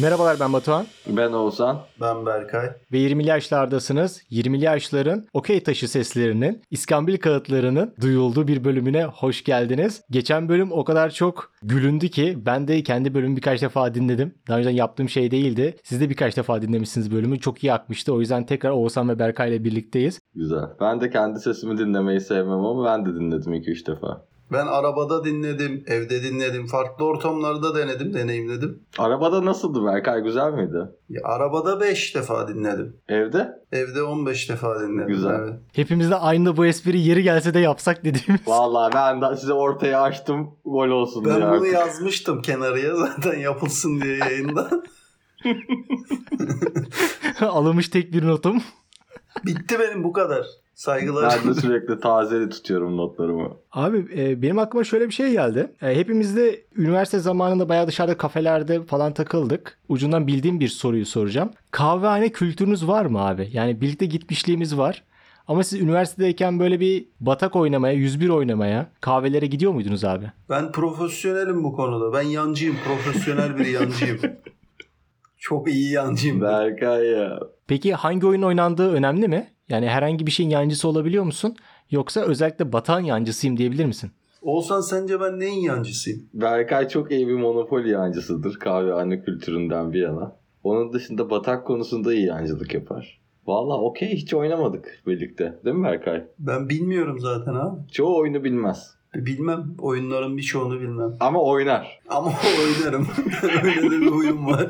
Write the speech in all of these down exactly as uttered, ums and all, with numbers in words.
Merhabalar, ben Batuhan. Ben Oğuzhan. Ben Berkay. Ve yirmili yaşlardasınız. yirmili yaşların okey taşı seslerinin, iskambil kağıtlarının duyulduğu bir bölümüne hoş geldiniz. Geçen bölüm o kadar çok gülündü ki ben de kendi bölümü birkaç defa dinledim. Daha önce yaptığım şey değildi. Siz de birkaç defa dinlemişsiniz bölümü. Çok iyi akmıştı. O yüzden tekrar Oğuzhan ve Berkay ile birlikteyiz. Güzel. Ben de kendi sesimi dinlemeyi sevmem ama ben de dinledim iki üç defa. Ben arabada dinledim, evde dinledim, farklı ortamlarda denedim, deneyimledim. Arabada nasıldı Berkay? Güzel miydi? Ya, arabada beş defa dinledim. Evde? Evde on beş defa dinledim. Güzel. Evet. Hepimiz de aynı bu espri yeri gelse de yapsak dediğimiz. Vallahi ben de size ortaya açtım. Gol olsun Ben diye bunu artık. yazmıştım kenarıya zaten yapılsın diye yayında. Alınmış tek bir notum. Bitti benim bu kadar. Saygılar. Ben de sürekli tazeli tutuyorum notlarımı. Abi e, benim aklıma şöyle bir şey geldi. E, hepimiz de üniversite zamanında bayağı dışarıda kafelerde falan takıldık. Ucundan bildiğim bir soruyu soracağım. Kahvehane kültürünüz var mı abi? Yani birlikte gitmişliğimiz var. Ama siz üniversitedeyken böyle bir batak oynamaya, yüz bir oynamaya, kahvelere gidiyor muydunuz abi? Ben profesyonelim bu konuda. Ben yancıyım. Profesyonel bir yancıyım. Çok iyi yancıyım. Berkay ya. Peki hangi oyun oynandığı önemli mi? Yani herhangi bir şeyin yancısı olabiliyor musun? Yoksa özellikle batağın yancısıyım diyebilir misin? Olsan sence ben neyin yancısıyım? Berkay çok iyi bir Monopoly yancısıdır. Kahvehane kültüründen bir yana. Onun dışında batak konusunda iyi yancılık yapar. Vallahi okey hiç oynamadık birlikte. Değil mi Berkay? Ben bilmiyorum zaten abi. Çoğu oyunu bilmez. Bilmem. Oyunların birçoğunu bilmem. Ama oynar. Ama oynarım. Öyle de bir huyum var.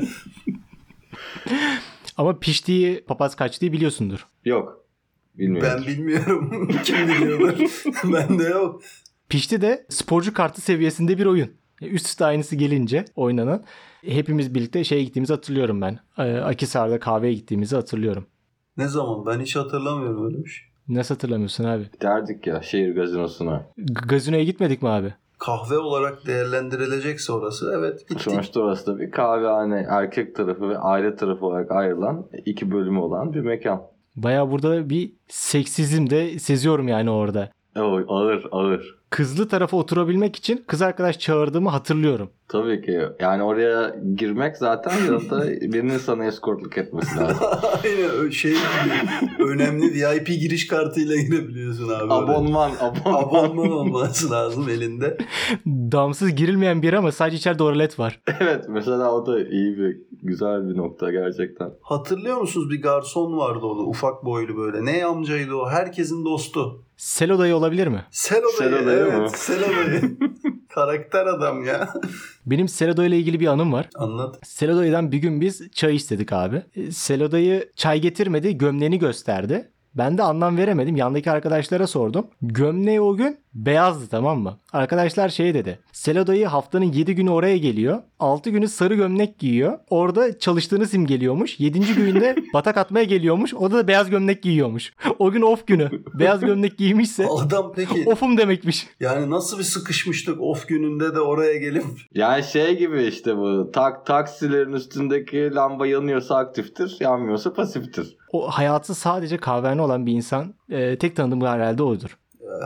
Ama piştiği papaz kaçtığı biliyorsundur. Yok. Bilmiyorum. Ben bilmiyorum. Kim biliyordur? Bende yok. Pişti de sporcu kartı seviyesinde bir oyun. Üst üste aynısı gelince oynanan. Hepimiz birlikte şeye gittiğimizi hatırlıyorum ben. Akhisar'da kahveye gittiğimizi hatırlıyorum. Ne zaman? Ben hiç hatırlamıyorum öyle bir şey. Nasıl hatırlamıyorsun abi? Derdik ya şehir gazinosuna. G- Gazino'ya gitmedik mi abi? Kahve olarak değerlendirilecekse orası. Evet gittik. Sonuçta orası da bir kahvehane, erkek tarafı ve aile tarafı olarak ayrılan iki bölümü olan bir mekan. Bayağı burada bir seksizm de seziyorum yani orada. O ağır ağır. Kızlı tarafa oturabilmek için kız arkadaş çağırdığımı hatırlıyorum. Tabii ki. Yani oraya girmek zaten yanında birinin sana eskortluk etmesi lazım. Aynen şey gibi. Önemli V I P giriş kartıyla girebiliyorsun abi. Abonman, abonman. Abonman olması lazım elinde. Damsız girilmeyen bir yer ama sadece içeride tuvalet var. Evet mesela o da iyi bir güzel bir nokta gerçekten. Hatırlıyor musunuz bir garson vardı orada ufak boylu böyle. Ne amcaydı o? Herkesin dostu. Selo dayı olabilir mi? Selo dayı. Selo dayı evet mı? Selo dayı. Karakter adam ya. Benim Selo dayı ile ilgili bir anım var. Anlat. Selo dayıdan bir gün biz çay istedik abi. E, Selo dayı çay getirmedi, gömleğini gösterdi. Ben de anlam veremedim. Yandaki arkadaşlara sordum. Gömleği o gün beyazdı, tamam mı? Arkadaşlar şey dedi. Selo dayı haftanın yedi günü oraya geliyor. altı günü sarı gömlek giyiyor. Orada çalıştığını simgeliyormuş. yedinci günde batak atmaya geliyormuş. O da beyaz gömlek giyiyormuş. O gün off günü. Beyaz gömlek giymişse Adam peki off'um demekmiş. yani nasıl bir sıkışmıştık off gününde de oraya gelip. Yani şey gibi işte bu tak taksilerin üstündeki lamba yanıyorsa aktiftir, yanmıyorsa pasiftir. O hayatı sadece kahvehane olan bir insan, e, tek tanıdığım herhalde odur.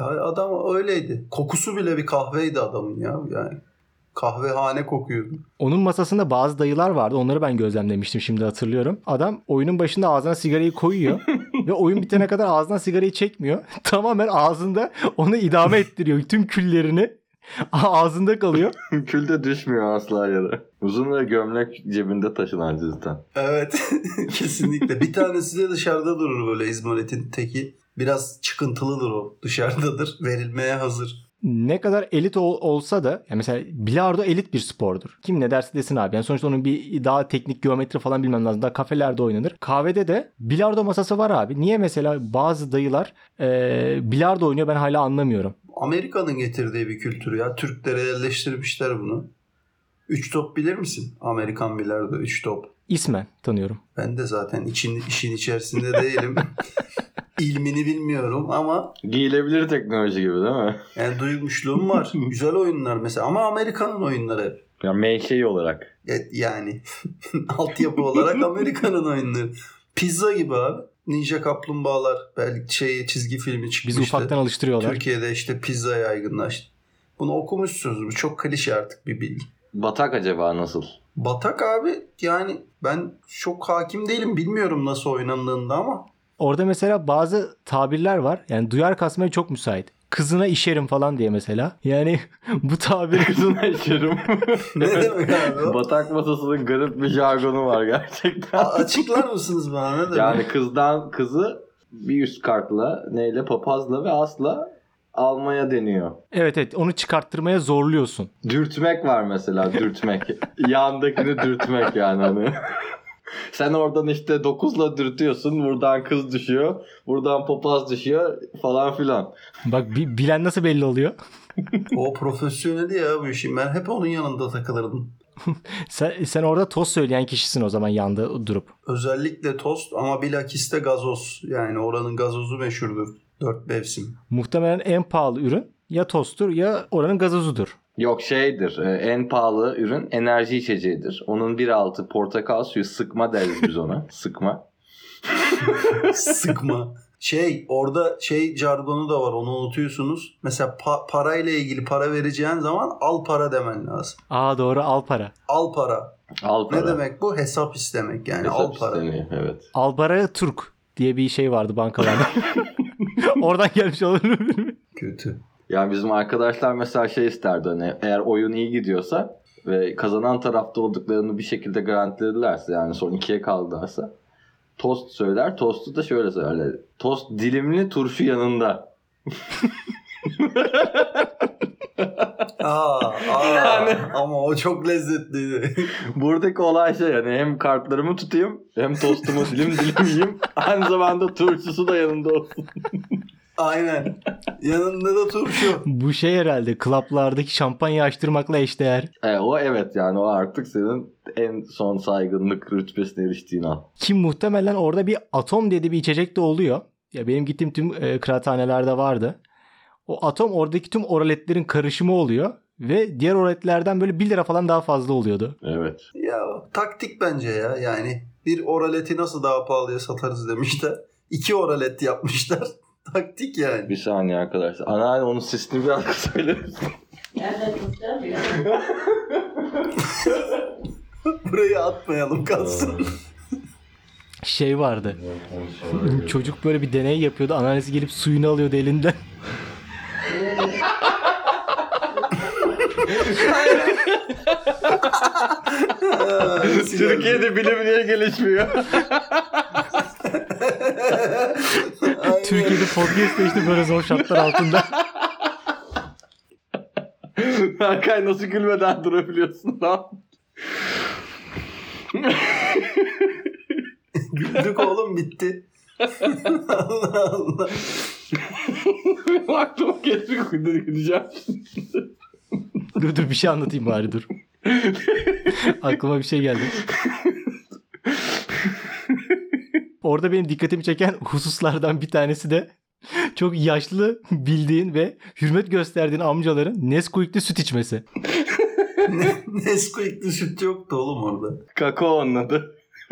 Adam öyleydi. Kokusu bile bir kahveydi adamın ya. Yani kahvehane kokuyordu. Onun masasında bazı dayılar vardı. Onları ben gözlemlemiştim, şimdi hatırlıyorum. Adam oyunun başında ağzına sigarayı koyuyor ve oyun bitene kadar ağzından sigarayı çekmiyor. Tamamen ağzında onu idame ettiriyor. Tüm küllerini ağzında kalıyor. Kül de düşmüyor asla yere. Uzun ve gömlek cebinde taşınan cidden. Evet. Kesinlikle. Bir tanesi de dışarıda durur böyle İzmarit'in teki. Biraz çıkıntılıdır o. Dışarıdadır. Verilmeye hazır. Ne kadar elit ol, olsa da yani mesela bilardo elit bir spordur. Kim ne derse desin abi. Yani sonuçta onun bir daha teknik geometri falan bilmem lazım. Daha kafelerde oynanır. Kahvede de bilardo masası var abi. Niye mesela bazı dayılar e, bilardo oynuyor, ben hala anlamıyorum. Amerika'nın getirdiği bir kültür ya. Türklere yerleştirmişler bunu. Üç top bilir misin? Amerikan bilardo üç top. İsmen tanıyorum. Ben de zaten için, işin içerisinde değilim. İlmini bilmiyorum ama Giyilebilir teknoloji gibi değil mi? yani duymuşluğum var. Güzel oyunlar mesela ama Amerika'nın oyunları hep. Ya menşei olarak. E, yani altyapı olarak Amerika'nın oyunları. Pizza gibi abi. Ninja Kaplumbağalar belki şey çizgi filmi çıkmıştı. Bizi ufaktan alıştırıyorlar. Türkiye'de işte pizza yaygınlaştı. Bunu okumuşsunuz. Bu çok klişe artık bir bilgi. Batak acaba nasıl? Batak abi yani ben çok hakim değilim. Bilmiyorum nasıl oynandığında ama. Orada mesela bazı tabirler var. Yani duyar kasmaya çok müsait. Kızına işerim falan diye mesela. Yani bu tabiri Kızına işerim. Ne demek abi o? Batak masasının garip bir jargonu var gerçekten. A- açıklar mısınız bana ne demek? Yani kızdan kızı bir üst kartla, neyle, papazla ve asla almaya deniyor. evet evet onu çıkarttırmaya zorluyorsun. Dürtmek var mesela, dürtmek. Yandakini dürtmek yani hani. Sen oradan işte dokuzla dürtüyorsun. Buradan kız düşüyor. Buradan papaz düşüyor falan filan. Bak bi- bilen nasıl belli oluyor? O profesyoneli ya bu işin. Ben hep onun yanında takılırdım. Sen, sen orada toz söyleyen kişisin o zaman yanda durup. Özellikle tost ama bilakis de gazoz. Yani oranın gazozu meşhurdur. Dört mevsim. Muhtemelen en pahalı ürün ya tosttur ya oranın gazozudur. Yok şeydir. e, En pahalı ürün enerji içeceğidir. Onun bir altı portakal suyu, sıkma deriz biz ona. Sıkma. Sıkma. Şey orada şey jargonu da var, onu unutuyorsunuz. Mesela pa- parayla ilgili para vereceğin zaman al para demen lazım. Aa doğru, al para. Al para. Al para. Ne demek bu? Hesap istemek yani. Hesap al para. isteniyor, evet. Albara Turk diye bir şey vardı bankalarda. Oradan gelmiş olabilir mi? Kötü. Yani bizim arkadaşlar mesela şey isterdi, hani eğer oyun iyi gidiyorsa ve kazanan tarafta olduklarını bir şekilde garantiledilerse, yani son ikiye kaldılarsa tost söyler. Tostu da şöyle söyler. Tost dilimli, turşu yanında. Aa, aa Yani- ama o çok lezzetliydi. Buradaki olay şey, yani hem kartlarımı tutayım hem tostumu dilim dilim yiyeyim. Aynı zamanda turşusu da yanında olsun. Aynen. Yanında da turşu. Bu şey herhalde klaplardaki şampanya açtırmakla eşdeğer. E, o evet, yani o artık senin en son saygınlık rütbesine eriştiğin an. Ki muhtemelen orada bir atom diye bir içecek de oluyor. Ya benim gittiğim tüm e, kıraathanelerde vardı. O atom oradaki tüm oraletlerin karışımı oluyor. Ve diğer oraletlerden böyle bir lira falan daha fazla oluyordu. Evet. Ya taktik bence ya. Yani bir oraleti nasıl daha pahalıya satarız demişler. İki oralet yapmışlar. Taktik yani. Bir saniye arkadaşlar. Anneanne onun sesini biraz söyler misin? Nerede tutacağım ya? Burayı atmayalım kalsın. Şey vardı. Çocuk böyle bir deney yapıyordu. Anneannesi gelip suyunu alıyordu elinden. Türkiye'de bilim niye gelişmiyor? Türkiye'de podcast işte böyle zor şartlar altında. Berkay nasıl gülmeden durabiliyorsun lan? Güldük oğlum, bitti. Allah Allah. Benim aklıma gelecek gideceğim. Dur dur bir şey anlatayım bari dur. Aklıma bir şey geldi. Orada benim dikkatimi çeken hususlardan bir tanesi de çok yaşlı bildiğin ve hürmet gösterdiğin amcaların Nesquik'li süt içmesi. Ne, Nesquik'li süt yoktu oğlum orada. Kakao onun adı.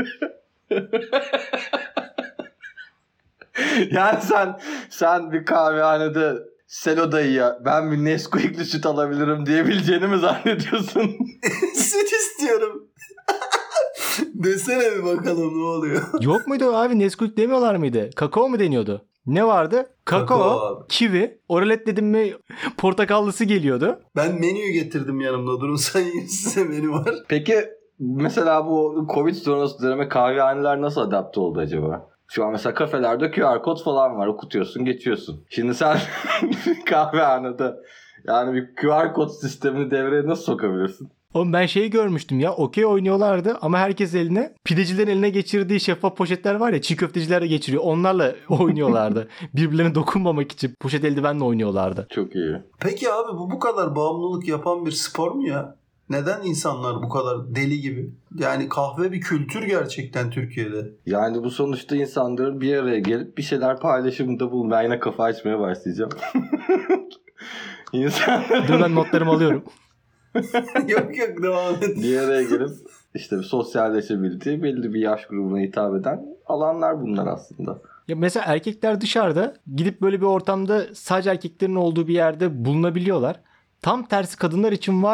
Yani sen sen bir kahvehanede Selo dayıya ben bir Nesquik'li süt alabilirim diyebileceğini mi zannediyorsun? Süt istiyorum. Desene bir bakalım ne oluyor. Yok muydu abi, Nesquik demiyorlar mıydı? Kakao mu deniyordu? Ne vardı? Kakao, Kakao abi. kivi, oralet dedim mi portakallısı geliyordu. Ben menüyü getirdim yanımda. Durun sayayım, size menü var. Peki mesela bu Covid sonrası döneme kahvehaneler nasıl adapte oldu acaba? Şu an mesela kafelerde Q R kod falan var. Okutuyorsun, geçiyorsun. Şimdi sen kahvehanede yani bir Q R kod sistemini devreye nasıl sokabilirsin? Oğlum ben şeyi görmüştüm ya, okey oynuyorlardı ama herkes eline pidecilerin eline geçirdiği şeffaf poşetler var ya, çiğ köfteciler de geçiriyor. Onlarla oynuyorlardı. Birbirlerine dokunmamak için poşet eldivenle oynuyorlardı. Çok iyi. Peki abi bu bu kadar bağımlılık yapan bir spor mu ya? Neden insanlar bu kadar deli gibi? Yani kahve bir kültür gerçekten Türkiye'de. Yani bu sonuçta insanların bir araya gelip bir şeyler paylaşımında bulun. Ben yine kafa açmaya başlayacağım. İnsanların Dur ben notlarımı alıyorum. Yok yok, devam et. bir araya gelip işte bir sosyalleşebildiği belli bir yaş grubuna hitap eden alanlar bunlar aslında. Ya mesela erkekler dışarıda gidip böyle bir ortamda sadece erkeklerin olduğu bir yerde bulunabiliyorlar. Tam tersi kadınlar için var mı?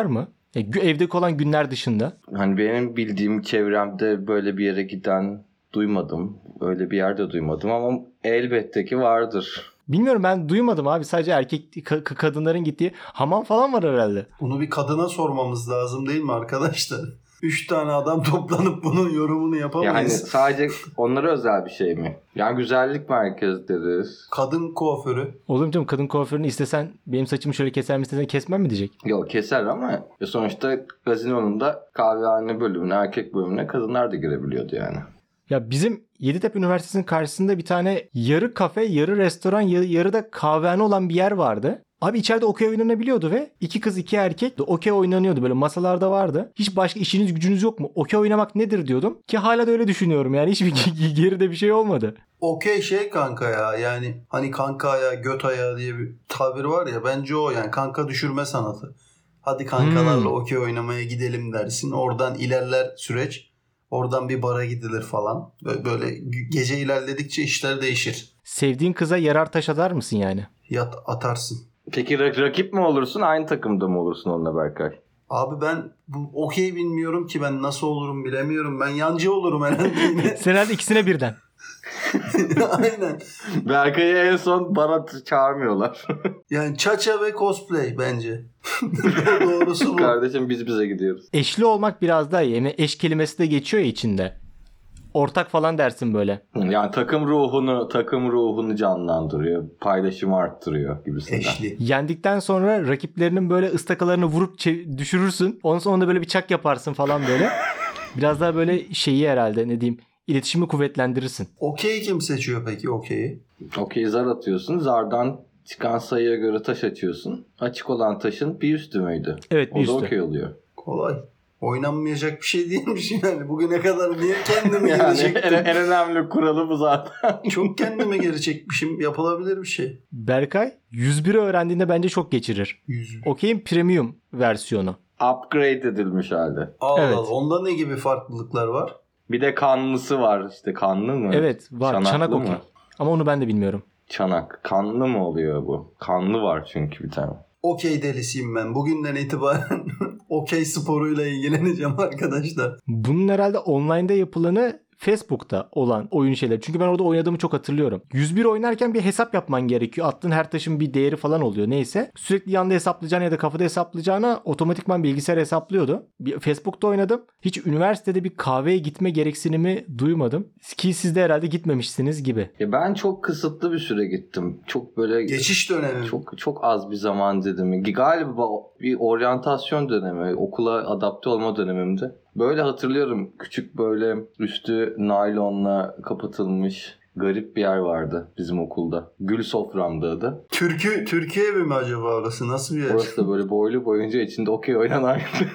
E, gü- evdeki olan günler dışında. Hani benim bildiğim çevremde böyle bir yere giden duymadım. Öyle bir yerde duymadım ama elbette ki vardır. Bilmiyorum, ben duymadım abi. Sadece erkek ka- ka- kadınların gittiği hamam falan var herhalde. Bunu bir kadına sormamız lazım değil mi arkadaşlar? Üç tane adam toplanıp bunun yorumunu Yani yapamayız. sadece onlara özel bir şey mi? Yani güzellik merkezleri. Kadın kuaförü. Oğlum canım, kadın kuaförünü istesen benim saçımı şöyle keser mi istesen kesmem mi diyecek. Yok keser ama sonuçta gazinonun da kahvehane bölümüne, erkek bölümüne kadınlar da girebiliyordu yani. Ya bizim Yeditepe Üniversitesi'nin karşısında bir tane yarı kafe, yarı restoran, yarı, yarı da kahvehane olan bir yer vardı. Abi içeride okey oynanabiliyordu ve iki kız iki erkek de okey oynanıyordu, böyle masalarda vardı. Hiç başka işiniz gücünüz yok mu? Okey oynamak nedir diyordum ki hala da öyle düşünüyorum yani, hiçbir geride bir şey olmadı. Okey şey kanka ya, yani hani kanka ayağı göt ayağı diye bir tabir var ya, bence o yani kanka düşürme sanatı. Hadi kankalarla Hmm. okey oynamaya gidelim dersin, oradan ilerler süreç, oradan bir bara gidilir falan. Böyle, böyle gece ilerledikçe işler değişir. Sevdiğin kıza yarar taş atar mısın yani? Yat atarsın. Peki rak- rakip mi olursun, aynı takımda mı olursun onunla Berkay? Abi ben bu okey bilmiyorum ki, ben nasıl olurum bilemiyorum. Ben yancı olurum herhalde yine. Sen herhalde ikisine birden. Aynen. Berkay'ı en son bana t- çağırmıyorlar. Yani çaça ve cosplay bence. Doğrusu bu. Kardeşim biz bize gidiyoruz. Eşli olmak biraz daha iyi. Yani eş kelimesi de geçiyor ya içinde. Ortak falan dersin böyle. Yani takım ruhunu, takım ruhunu canlandırıyor, paylaşımı arttırıyor gibisinden. Eşli. Yendikten sonra rakiplerinin böyle ıstakalarını vurup çe- düşürürsün. Ondan sonra da böyle bir çak yaparsın falan böyle. Biraz daha böyle şeyi herhalde, ne diyeyim, iletişimi kuvvetlendirirsin. Okey kim seçiyor peki okeyi? Okey, zar atıyorsun. Zardan çıkan sayıya göre taş açıyorsun. Açık olan taşın bir üstü müydü? Evet, bir O da üstü. okey oluyor. Kolay. Oynanmayacak bir şey değilmiş yani. Bugüne kadar niye kendimi geri Yani çektim? en, en önemli kuralı bu zaten. Çok kendimi geri çekmişim. Yapılabilir bir şey. Berkay yüz biri öğrendiğinde bence çok geçirir. Yüz. Okey'in premium versiyonu. Upgrade edilmiş halde. Allah Evet. Allah. Onda ne gibi farklılıklar var? Bir de kanlısı var. İşte kanlı mı? Evet var, Çanaklı çanak mı? okey. Ama onu ben de bilmiyorum. Çanak. Kanlı mı oluyor bu? Kanlı var çünkü bir tane. Okey delisiyim ben. Bugünden itibaren okey sporuyla ilgileneceğim arkadaşlar. Bunun herhalde online'da yapılanı Facebook'ta olan oyun şeyleri. Çünkü ben orada oynadığımı çok hatırlıyorum. yüz bir oynarken bir hesap yapman gerekiyor. Attığın her taşın bir değeri falan oluyor. Neyse. Sürekli yanda hesaplayacağına ya da kafada hesaplayacağına otomatikman bilgisayar hesaplıyordu. Bir Facebook'ta oynadım. Hiç üniversitede bir kahveye gitme gereksinimi duymadım. Ki siz de herhalde gitmemişsiniz gibi. Ya ben çok kısıtlı bir süre gittim. Çok böyle Geçiş dönemi. çok çok az bir zaman dedim. Galiba bir oryantasyon dönemi, okula adapte olma dönemimde. Böyle hatırlıyorum. Küçük böyle üstü naylonla kapatılmış garip bir yer vardı bizim okulda. Gül Sofram'dı adı. Türkiye, Türkiye evi mi acaba orası? Nasıl bir yer? Orası da böyle boylu boyunca içinde okey oynanan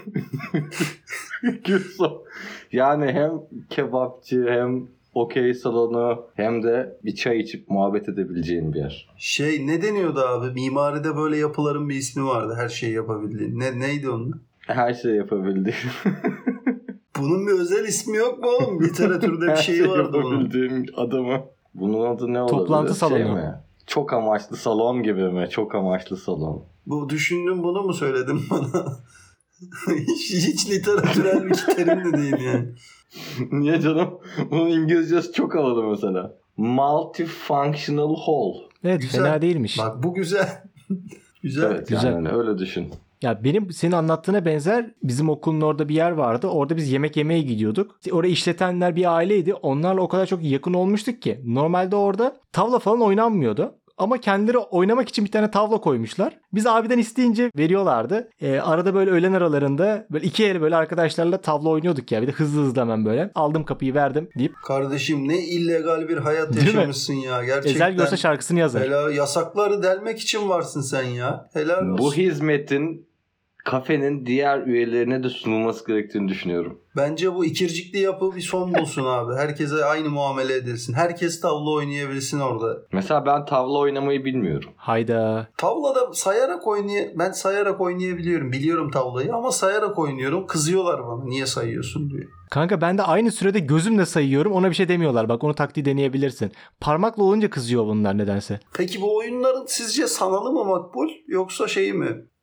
Gül Sof- Yani hem kebapçı hem okey salonu hem de bir çay içip muhabbet edebileceğin bir yer. Şey ne deniyordu abi? Mimaride böyle yapıların bir ismi vardı. Her şeyi yapabildiğin. Ne, neydi onun? Her şey yapabildiğin. Bunun bir özel ismi yok mu oğlum? Literatürde bir Her şey vardı bunun. yapabildiğin adamı. Bunun adı ne olabilir? Toplantı salonu. Şey mi? Çok amaçlı salon gibi mi? Çok amaçlı salon. Bu düşündüm, bunu mu söyledin bana? hiç, hiç literatürel bir terim de değil yani. Niye canım? Bunun İngilizcesi çok havalı mesela. Multifunctional hall. Evet, Güzel. fena değilmiş. Bak bu güzel. güzel. Evet Güzel. yani öyle düşün. Ya benim senin anlattığına benzer bizim okulun orada bir yer vardı. Orada biz yemek yemeye gidiyorduk. Orayı işletenler bir aileydi. Onlarla o kadar çok yakın olmuştuk ki. Normalde orada tavla falan oynanmıyordu. Ama kendileri oynamak için bir tane tavla koymuşlar. Biz abiden isteyince veriyorlardı. Ee, arada böyle öğlen aralarında böyle iki el böyle arkadaşlarla tavla oynuyorduk ya. Bir de hızlı hızlı hemen böyle. Aldım kapıyı verdim deyip. Kardeşim ne illegal bir hayat Değil mi? yaşamışsın ya. Gerçekten. Ezel görse şarkısını yazar. Helal, yasakları delmek için varsın sen ya. Helal olsun. Bu hizmetin kafenin diğer üyelerine de sunulması gerektiğini düşünüyorum. Bence bu ikircikli yapı bir son bulsun abi. Herkese aynı muamele edilsin. Herkes tavla oynayabilsin orada. Mesela ben tavla oynamayı bilmiyorum. Hayda. Tavlada sayarak oynay ben sayarak oynayabiliyorum. Biliyorum tavlayı ama sayarak oynuyorum. Kızıyorlar bana. Niye sayıyorsun diyor. Kanka ben de aynı sürede gözümle sayıyorum. Ona bir şey demiyorlar. Bak onu taktiği deneyebilirsin. Parmakla olunca kızıyor bunlar nedense. Peki bu oyunların sizce sanalı mı makbul yoksa şey mi?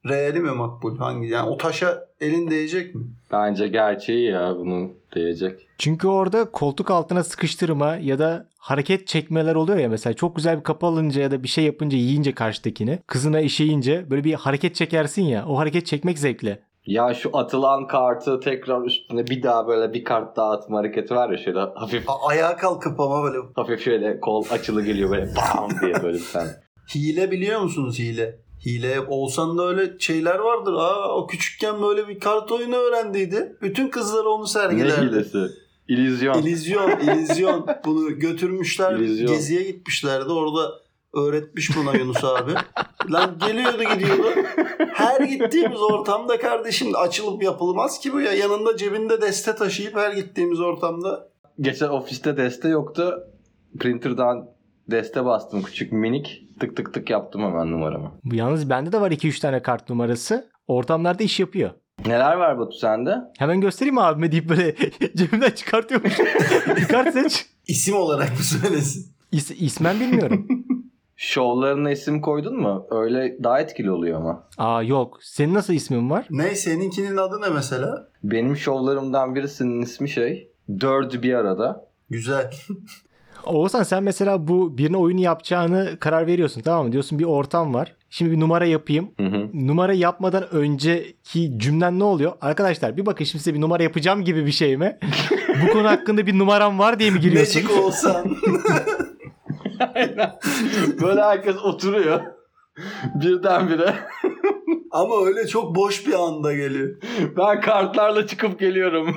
reali mi makbul? Hangi? Yani o taşa elin değecek mi? Bence gerçeği ya bunun diyecek. Çünkü orada koltuk altına sıkıştırma ya da hareket çekmeler oluyor ya, mesela çok güzel bir kapı alınca ya da bir şey yapınca, yiyince karşıdakini, kızına işeyince böyle bir hareket çekersin ya, o hareket çekmek zevkli. Ya şu atılan kartı tekrar üstüne bir daha böyle bir kart daha atma hareketi var ya, şöyle hafif A- ayağa kalkıp ama böyle hafif şöyle kol açılı geliyor böyle bam diye böyle bir tane. hile biliyor musunuz hile? Hile olsan da öyle şeyler vardır. Aa o küçükken böyle bir kart oyunu öğrendiydi. Bütün kızlar onu Ne sergilerdi. hilesi? İllüzyon. İllüzyon, illüzyon. Bunu götürmüşler, İllüzyon. geziye gitmişlerdi. Orada öğretmiş buna Yunus abi. Lan geliyordu gidiyordu. Her gittiğimiz ortamda kardeşim açılıp yapılmaz ki bu ya. Yanında cebinde deste taşıyıp her gittiğimiz ortamda. Geçen ofiste deste yoktu. Printer'dan deste bastım küçük minik. Tık tık tık yaptım hemen numaramı. Bu yalnız bende de var iki üç tane kart numarası. Ortamlarda iş yapıyor. Neler var Batu sende? Hemen göstereyim mi abime deyip böyle cebimden çıkartıyormuş. Bir kart seç. İsim olarak mı söylesin? İs, ismen bilmiyorum. Şovlarına isim koydun mu? Öyle daha etkili oluyor ama. Aa yok. Senin nasıl ismin var? Ne seninkinin adı ne mesela? Benim şovlarımdan birisinin ismi şey. Dördü bir arada. Güzel. Oğuzhan sen mesela bu birine oyunu yapacağını karar veriyorsun, tamam mı? Diyorsun bir ortam var. Şimdi bir numara yapayım. Hı hı. Numara yapmadan önceki cümlen ne oluyor? Arkadaşlar bir bakın, şimdi size bir numara yapacağım gibi bir şey mi? Bu konu hakkında bir numaram var diye mi giriyorsun? Magic olsan. Aynen. Böyle herkes oturuyor. Birdenbire. Ama öyle çok boş bir anda geliyor. Ben kartlarla çıkıp geliyorum.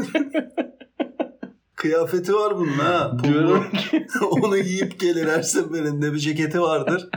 Kıyafeti var bunun ha. Pullu. Diyorum ki Onu giyip gelir her seferinde. Bir ceketi vardır.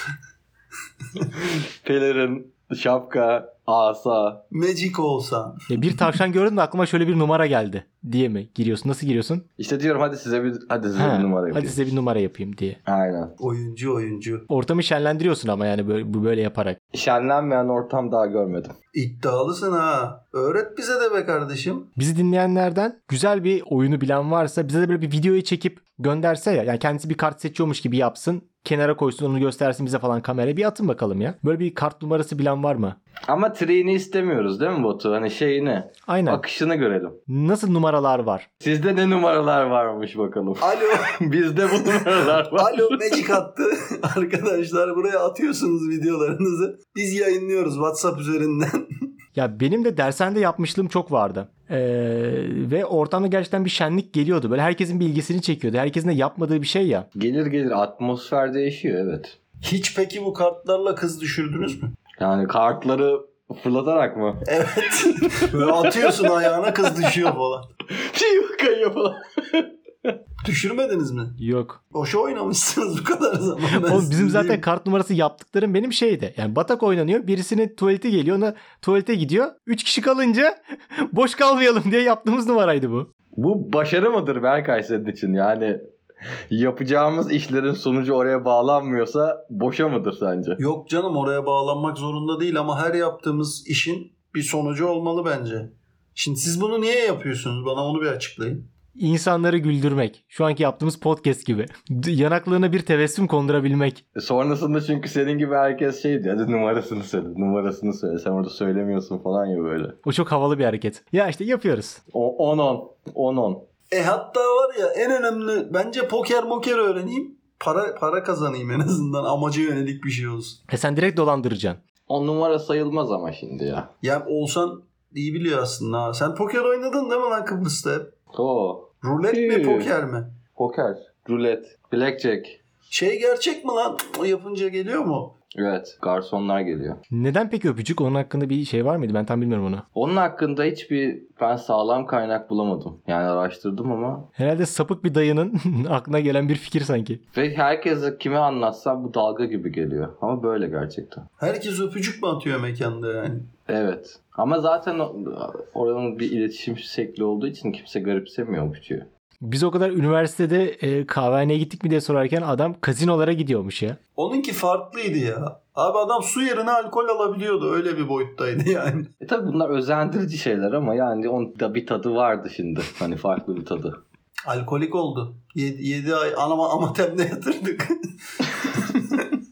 pelerin, şapka, asa. Magic olsan. Ya bir tavşan gördüm de aklıma şöyle bir numara geldi diye mi giriyorsun? Nasıl giriyorsun? İşte diyorum hadi size bir hadi size Ha, bir numara yapayım. hadi size bir numara yapayım diye. Aynen. Oyuncu oyuncu. Ortamı şenlendiriyorsun ama yani böyle, bu böyle yaparak. Şenlenmeyen ortam daha görmedim. İddialısın ha. Öğret bize de be kardeşim. Bizi dinleyenlerden güzel bir oyunu bilen varsa bize de böyle bir videoyu çekip gönderse ya. Yani kendisi bir kart seçiyormuş gibi yapsın. Kenara koysun, onu göstersin bize falan kameraya. Bir atın bakalım ya. Böyle bir kart numarası bilen var mı? Ama tree'ini istemiyoruz değil mi Batu? Hani şeyini, Aynen. akışını görelim. Nasıl numaralar var? Sizde ne numaralar varmış bakalım. Alo. Bizde bu numaralar var. Alo Magic attı. Arkadaşlar buraya atıyorsunuz videolarınızı. Biz yayınlıyoruz WhatsApp üzerinden. Ya benim de dershanede yapmışlığım çok vardı. Ee, ve ortamda gerçekten bir şenlik geliyordu. Böyle herkesin bir ilgisini çekiyordu. Herkesin de yapmadığı bir şey ya. Gelir gelir atmosfer değişiyor evet. Hiç peki bu kartlarla kız düşürdünüz mü? Yani kartları fırlatarak mı? Evet. Böyle atıyorsun ayağına kız düşüyor falan. Şey kayıyor falan. Düşürmediniz mi? Yok. Boşa oynamışsınız bu kadar zaman. Ben Oğlum size bizim zaten diyeyim. kart numarası yaptıklarım benim şeydi. Yani batak oynanıyor. Birisinin tuvaleti geliyor. Ona tuvalete gidiyor. Üç kişi kalınca boş kalmayalım diye yaptığımız numaraydı bu. Bu başarı mıdır Berkay senin için? Yani yapacağımız işlerin sonucu oraya bağlanmıyorsa boşa mıdır sence? Yok canım oraya bağlanmak zorunda değil ama her yaptığımız işin bir sonucu olmalı bence. Şimdi siz bunu niye yapıyorsunuz? Bana onu bir açıklayın. İnsanları güldürmek. Şu anki yaptığımız podcast gibi. D- Yanaklarına bir tebessüm kondurabilmek. E Sonrasında çünkü senin gibi herkes şey diyor. Hadi numarasını söyle, numarasını söyle. Sen orada söylemiyorsun falan ya böyle. O çok havalı bir hareket. Ya işte yapıyoruz. O on on. on on. E hatta var ya en önemli bence poker moker öğreneyim. Para para kazanayım en azından amaca yönelik bir şey olsun. E sen direkt dolandıracaksın. On numara sayılmaz ama şimdi ya. Ya olsan iyi biliyor aslında ha. Sen poker oynadın değil mi lan Kıbrıs'ta hep? Oo. Rulet mi Tüh. poker mi? Poker, rulet, blackjack. Şey gerçek mi lan? O yapınca geliyor mu? Evet, garsonlar geliyor. Neden peki öpücük? Onun hakkında bir şey var mıydı? Ben tam bilmiyorum onu. Onun hakkında hiçbir ben sağlam kaynak bulamadım. Yani araştırdım ama. Herhalde sapık bir dayının aklına gelen bir fikir sanki. Ve herkese kime anlatsam bu dalga gibi geliyor. Ama böyle gerçekten. Herkes öpücük mü atıyor mekanda yani? Evet. Ama zaten o- oranın bir iletişim şekli olduğu için kimse garipsemiyor öpücüğü. Biz o kadar üniversitede e, kahvehaneye gittik mi diye sorarken adam kazinolara gidiyormuş ya. Onunki farklıydı ya. Abi adam su yerine alkol alabiliyordu. Öyle bir boyuttaydı yani. E tabi bunlar özendirici şeyler ama yani onda bir tadı vardı şimdi. Hani farklı bir tadı. Alkolik oldu. yedi ay anama amatemde yatırdık.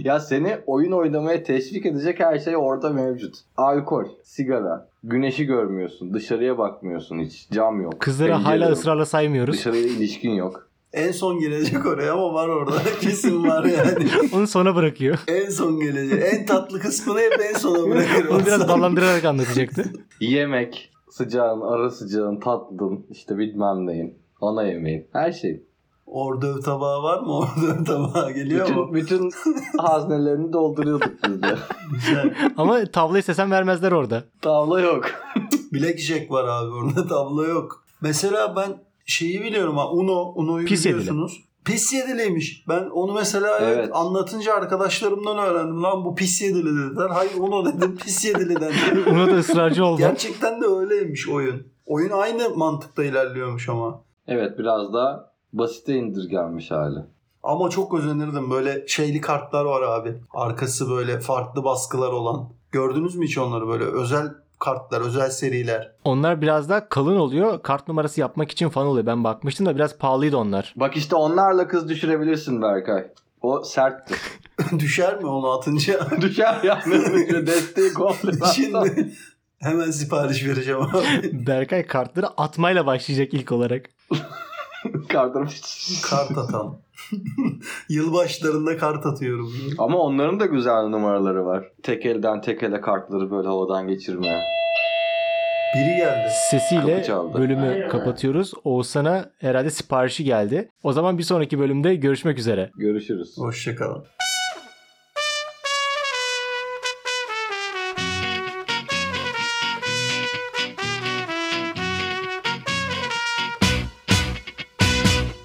Ya seni oyun oynamaya teşvik edecek her şey orada mevcut. Alkol, sigara, güneşi görmüyorsun, dışarıya bakmıyorsun hiç, cam yok. Kızları pencere hala yok, ısrarla saymıyoruz. dışarıyla ilişkin yok. En son gelecek oraya ama var orada. Kesin var yani. Onu sona bırakıyor. En son gelecek. En tatlı kısmını hep en sona bırakır. Onu biraz ballandırarak anlatacaktı. Yemek, sıcağın, ara sıcağın, tatlın, işte bilmem neyin, ana yemeğin, her şey. Ordöv tabağı var mı? Ordöv tabağı geliyor mu? Bütün, bütün haznelerini dolduruyorduk biz de. Güzel. Ama tavla istesen vermezler orada. Tavla yok. Blackjack var abi orada, tablo yok. Mesela ben şeyi biliyorum ha, Uno, Uno'yu Pis yedili. biliyorsunuz. Pis yediliymiş. Ben onu mesela evet, Evet. anlatınca arkadaşlarımdan öğrendim. Lan bu pis yedili dediler. Hayır Uno dedim, pis yediliden. Ona da ısrarcı olma. Gerçekten de öyleymiş oyun. Oyun aynı mantıkta ilerliyormuş ama. Evet, biraz daha basite indirgenmiş hali. Ama çok özenirdim. Böyle şeyli kartlar var abi. Arkası böyle farklı baskılar olan. Gördünüz mü hiç onları, böyle özel kartlar, özel seriler? Onlar biraz daha kalın oluyor. Kart numarası yapmak için falan oluyor. Ben bakmıştım da biraz pahalıydı onlar. Bak işte onlarla kız düşürebilirsin Berkay. O sertti. Düşer mi onu atınca? Düşer yani. Desteği komple. Şimdi hemen sipariş vereceğim abi. Berkay kartları atmayla başlayacak ilk olarak. Kartlarım. Kart atan. Yılbaşlarında kart atıyorum. Ama onların da güzel numaraları var. Tek elden tek ele kartları böyle havadan geçirme. Biri geldi. Sesiyle Kapı çaldı. bölümü kapatıyoruz. Oğuzhan'a herhalde siparişi geldi. O zaman bir sonraki bölümde görüşmek üzere. Görüşürüz. Hoşçakalın.